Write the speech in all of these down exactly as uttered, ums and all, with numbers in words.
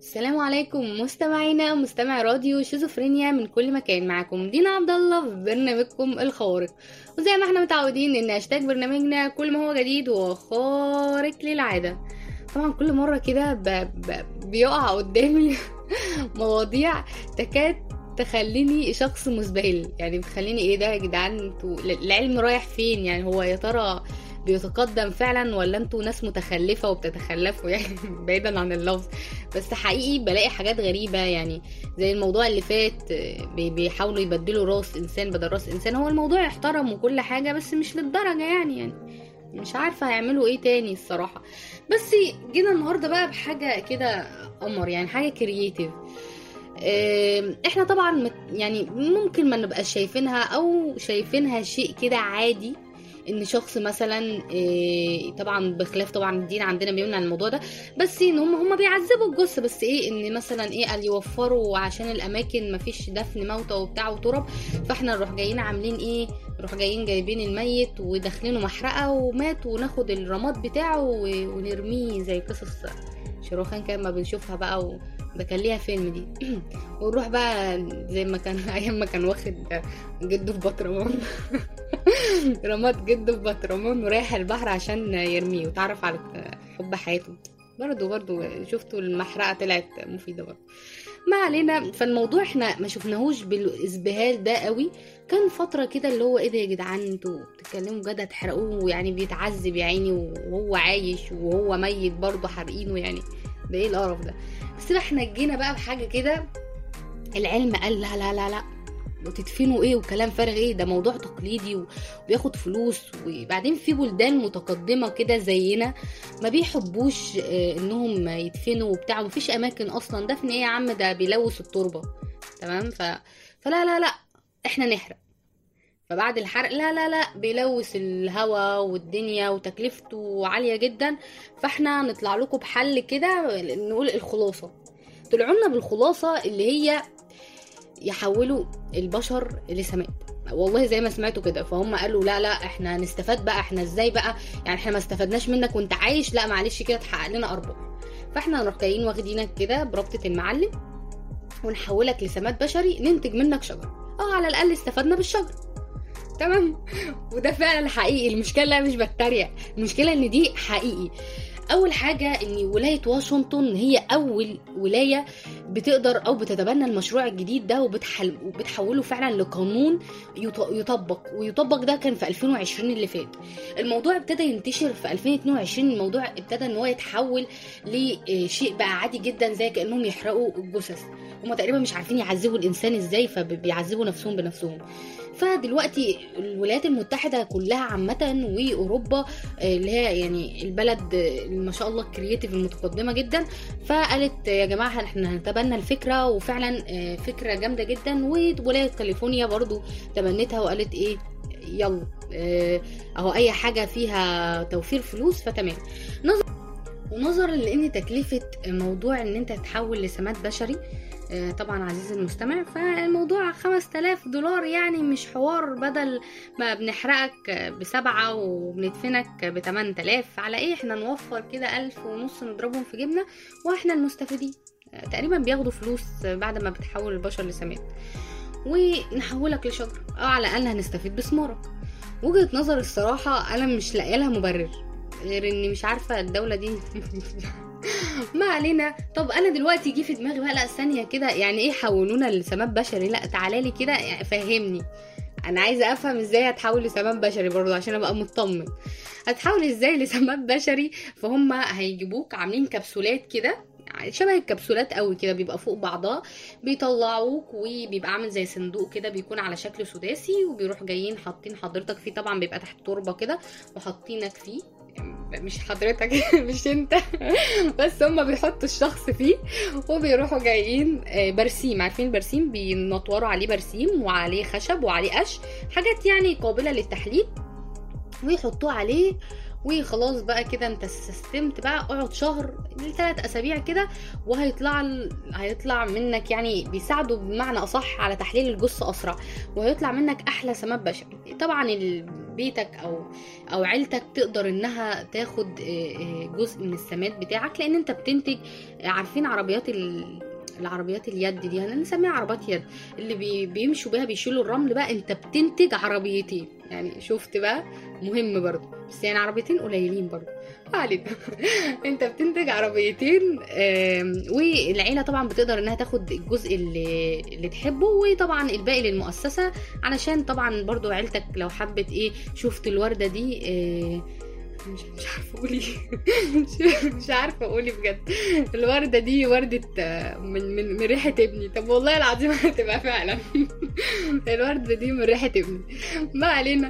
السلام عليكم مستمعينا مستمع راديو شيزوفرينيا من كل مكان. معاكم دينا عبد الله في برنامجكم الخوارق، وزي ما احنا متعودين ان هاشتاج برنامجنا كل ما هو جديد وخارق للعاده. طبعا كل مره كده ب... ب... بيقع قدامي مواضيع تكاد تخليني شخص مزبهل، يعني بتخليني ايه ده يا جدعان، انتوا العلم رايح فين؟ يعني هو يا ترى بيتقدم فعلا ولا انتوا ناس متخلفة وبتتخلفوا؟ يعني بعيدا عن اللفظ، بس حقيقي بلاقي حاجات غريبة، يعني زي الموضوع اللي فات بي- بيحاولوا يبدلوا راس انسان بدل راس انسان. هو الموضوع يحترم وكل حاجة بس مش للدرجة، يعني يعني مش عارفة هيعملوا ايه تاني الصراحة. بس جينا النهاردة بقى بحاجة كده قمر، يعني حاجة كرييتيف. احنا طبعا مت- يعني ممكن ما نبقاش شايفينها او شايفينها شيء كده عادي، ان شخص مثلا إيه، طبعا بخلاف طبعا الدين عندنا بيمنع الموضوع ده، بس ان هم هم بيعذبوا الجثه، بس ايه ان مثلا ايه قال يوفروا عشان الاماكن ما فيش دفن موتى وبتاع وتراب، فاحنا نروح جايين عاملين ايه، نروح جايين جايبين الميت وداخلينه محرقه ومات، وناخد الرماد بتاعه و- ونرميه زي قصص شاروخان كان ما بنشوفها بقى و... ده كان ليها فيلم دي. ونروح بقى زي ما كان ايام ما كان واخد جده في بطرمان رماد جده في بطرمان ورايح البحر عشان يرميه وتعرف على حب حياته. برضو برضو شفتوا المحرقة طلعت مفيدة برضو. ما علينا، فالموضوع احنا ما شفناهوش بالازبهال ده قوي. كان فترة كده اللي هو ايه ده يا جدعان، انتوا بتتكلموا جد هتحرقوه؟ يعني بيتعذب يا عيني وهو عايش وهو ميت برضه حارقينه، يعني ده ايه القرف ده؟ بس بقى احنا جينا بقى بحاجة كده، العلم قال لا لا لا لا، وتدفنوا ايه وكلام فارغ ايه، ده موضوع تقليدي وبياخد فلوس. وبعدين في بلدان متقدمة كده زينا ما بيحبوش اه انهم يدفنوا وبتاع، مفيش اماكن اصلا دفن، ايه يا عم ده بيلوث التربة. تمام. ف... فلا لا لا احنا نحرق. فبعد الحرق لا لا لا بيلوث الهواء والدنيا وتكلفته عالية جدا، فاحنا نطلع لكم بحل كده نقول الخلاصة. طلعونا بالخلاصة اللي هي يحولوا البشر لسماد. والله زي ما سمعتوا كده، فهم قالوا لا لا احنا هنستفاد بقى، احنا ازاي بقى يعني احنا ما استفدناش منك وانت عايش، لا معلش كده تحقق لنا ارباح. فاحنا هنروح جايين واخدينك كده بربطة المعلم ونحولك لسماد بشري، ننتج منك شجر، اه على الاقل استفدنا بالشجر. تمام. وده فعلا حقيقي، المشكله لا مش بتريق، المشكله ان دي حقيقي. اول حاجه ان ولايه واشنطن هي اول ولايه بتقدر او بتتبنى المشروع الجديد ده وبتحل وبتحوله فعلا لقانون يط- يطبق ويطبق. ده كان في ألفين وعشرين اللي فات. الموضوع ابتدى ينتشر في ألفين واتنين وعشرين، الموضوع ابتدى ان هو يتحول لشيء بقى عادي جدا، زي كانهم يحرقوا الجثث. هما تقريبا مش عارفين يعذبوا الانسان ازاي، فبيعذبوا نفسهم بنفسهم. فدلوقتي الولايات المتحدة كلها عامة وأوروبا اللي هي يعني البلد ما شاء الله الكرياتيف المتقدمة جدا، فقالت يا جماعة احنا هنتبنى الفكرة، وفعلا فكرة جامدة جدا. وولاية كاليفورنيا برضو تبنتها وقالت ايه يلا اهو اي حاجة فيها توفير فلوس فتمام. ونظرا لان تكلفة موضوع ان انت تتحول لسماد بشري طبعا عزيزي المستمع، فالموضوع خمس تلاف دولار، يعني مش حوار. بدل ما بنحرقك بسبعة وبندفنك بتمن تلاف، على ايه احنا نوفر كده الف ونص نضربهم في جبنة واحنا المستفيدين. تقريبا بياخدوا فلوس بعد ما بتحول البشر لسماد، ونحولك لشجرة، او على الاقل هنستفيد بثمارك. وجهة نظر الصراحة انا مش لاقيه لها مبرر، غير اني مش عارفة الدولة دي ما علينا. طب انا دلوقتي جه في دماغي بقى لا ثانيه كده، يعني ايه حولونا لسماد بشري؟ لا تعالى لي كده يعني فهمني، انا عايزه افهم ازاي هتحول لسماد بشري برضو عشان ابقى مطمن. هتحول ازاي لسماد بشري؟ فهم هيجيبوك عاملين كبسولات كده شبه الكبسولات قوي كده، بيبقى فوق بعضها، بيطلعوك وبيبقى عامل زي صندوق كده، بيكون على شكل سداسي، وبيروح جايين حاطين حضرتك فيه، طبعا بيبقى تحت تربه كده وحاطينك فيه، مش حضرتك مش انت بس هما بيحطوا الشخص فيه، وبيروحوا جايين برسيم، عارفين البرسيم بينطوروا عليه برسيم وعليه خشب وعليه قش، حاجات يعني قابلة للتحليل، ويحطوه عليه. وخلاص بقى كده انت سستمت بقى، اقعد شهر لثلاث اسابيع كده وهيطلع ال... هيطلع منك، يعني بيساعدوا بمعنى اصح على تحليل الجثه اسرع، وهيطلع منك احلى سماد بشري. طبعا ال... بيتك او او عيلتك تقدر انها تاخد جزء من السماد بتاعك، لان انت بتنتج. عارفين عربيات ال العربيات اليد دي هنسميها عربات يد، اللي بي بيمشوا بيها بيشيلوا الرمل بقى، انت بتنتج عربيتين. يعني شفت بقى، مهم برضو، بس يعني عربيتين قليلين برضو، ما علينا. انت بتنتج عربيتين، والعيله طبعا بتقدر انها تاخد الجزء اللي, اللي تحبه، وطبعا الباقي للمؤسسه، علشان طبعا برضو عيلتك لو حبت ايه، شفت الورده دي اه مش مش عارفه اقولي مش عارفه اقولي بجد. الورده دي ورده من من من ريحه ابني. طب والله العظيم هتبقى فعلا الورده دي من ريحه ابني، ما علينا.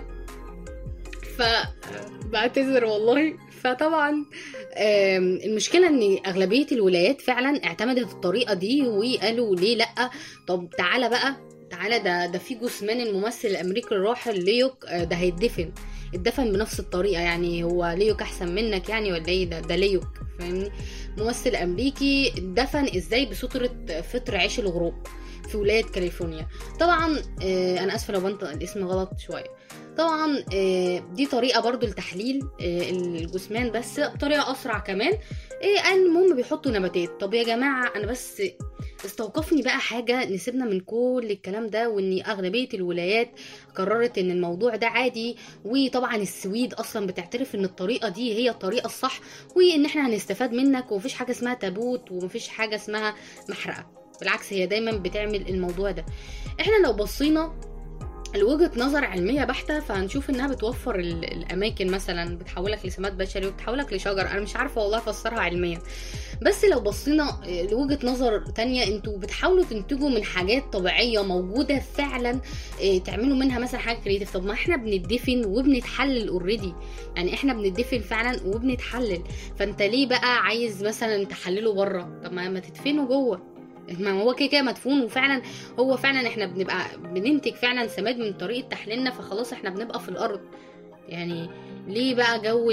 فبعتذر والله. فطبعا المشكله ان اغلبيه الولايات فعلا اعتمدت الطريقه دي، وقالوا ليه لا؟ طب تعالى بقى، تعالى ده ده في جثمان الممثل الامريكي الراحل ليوك، ده هيتدفن اتدفن بنفس الطريقه. يعني هو ليوك احسن منك يعني ولا ايه؟ ده ده ليوك، فاهمني؟ ممثل امريكي اتدفن ازاي؟ بستره فطر عيش الغروب في ولايه كاليفورنيا. طبعا انا اسفه لو بنطق الاسم غلط شويه. طبعا دي طريقه برضو لتحليل الجثمان، بس بطريقه اسرع كمان. المهم بيحطوا نباتات. طب يا جماعه انا بس استوقفني بقى حاجه، نسيبنا من كل الكلام ده، وان اغلبيه الولايات قررت ان الموضوع ده عادي. وطبعا السويد اصلا بتعترف ان الطريقه دي هي الطريقه الصح، وان احنا هنستفاد منك، ومفيش حاجه اسمها تابوت، ومفيش حاجه اسمها محرقه. بالعكس هي دايما بتعمل الموضوع ده. احنا لو بصينا لوجهة نظر علمية بحتة، فهنشوف انها بتوفر الاماكن، مثلا بتحولك لسماد بشري وبتحولك لشجر. انا مش عارفة والله افسرها علميا، بس لو بصينا لوجهة نظر تانية، انتوا بتحاولوا تنتجوا من حاجات طبيعية موجودة فعلا، تعملوا منها مثلا حاجة كريتيف. طب ما احنا بندفن وبنتحلل اوريدي، يعني احنا بندفن فعلا وبنتحلل، فانت ليه بقى عايز مثلا تحلله بره؟ طب ما تدفنه جوه، ما هو كده كده مدفون. وفعلا هو فعلا احنا بنبقى بننتج فعلا سماد من طريقه تحليلنا، فخلاص احنا بنبقى في الارض. يعني ليه بقى جو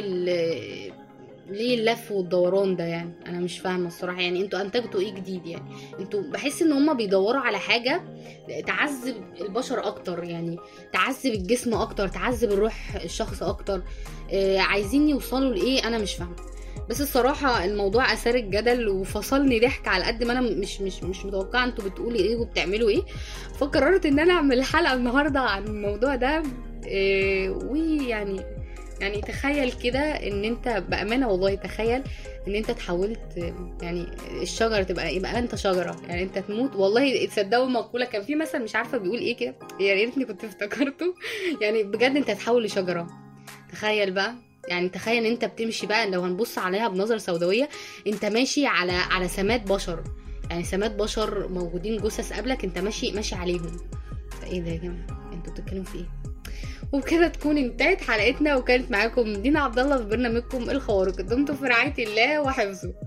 ليه اللف والدوران ده؟ يعني انا مش فاهمه الصراحه. يعني انتوا انتجتوا ايه جديد؟ يعني انتوا بحس ان هما بيدوروا على حاجه تعذب البشر اكتر، يعني تعذب الجسم اكتر، تعذب الروح الشخص اكتر. آه عايزين يوصلوا لايه؟ انا مش فاهمه. بس الصراحه الموضوع اثار الجدل وفصلني ضحك، على قد ما انا مش مش مش متوقعه انتوا بتقولي ايه وبتعملوا ايه. فقررت ان انا اعمل حلقه النهارده عن الموضوع ده. إيه ويعني يعني تخيل كده ان انت بامانه والله، تخيل ان انت تحولت، يعني الشجره تبقى يبقى انت شجره، يعني انت تموت. والله تصدقوا مقوله كان في مثل مش عارفه بيقول ايه كده، يا ريتني كنت افتكرته. يعني بجد انت تحول لشجره. تخيل بقى، يعني تخيل ان انت بتمشي بقى، لو هنبص عليها بنظر سوداويه، انت ماشي على على سماد بشر، يعني سماد بشر موجودين جثث قبلك، انت ماشي ماشي عليهم. فايه ده يا جماعه؟ انتوا بتتكلموا في ايه؟ وبكده تكون انتهت حلقتنا، وكانت معاكم دينا عبد الله في برنامجكم الخوارق. دمتم في رعايه الله وحفظه.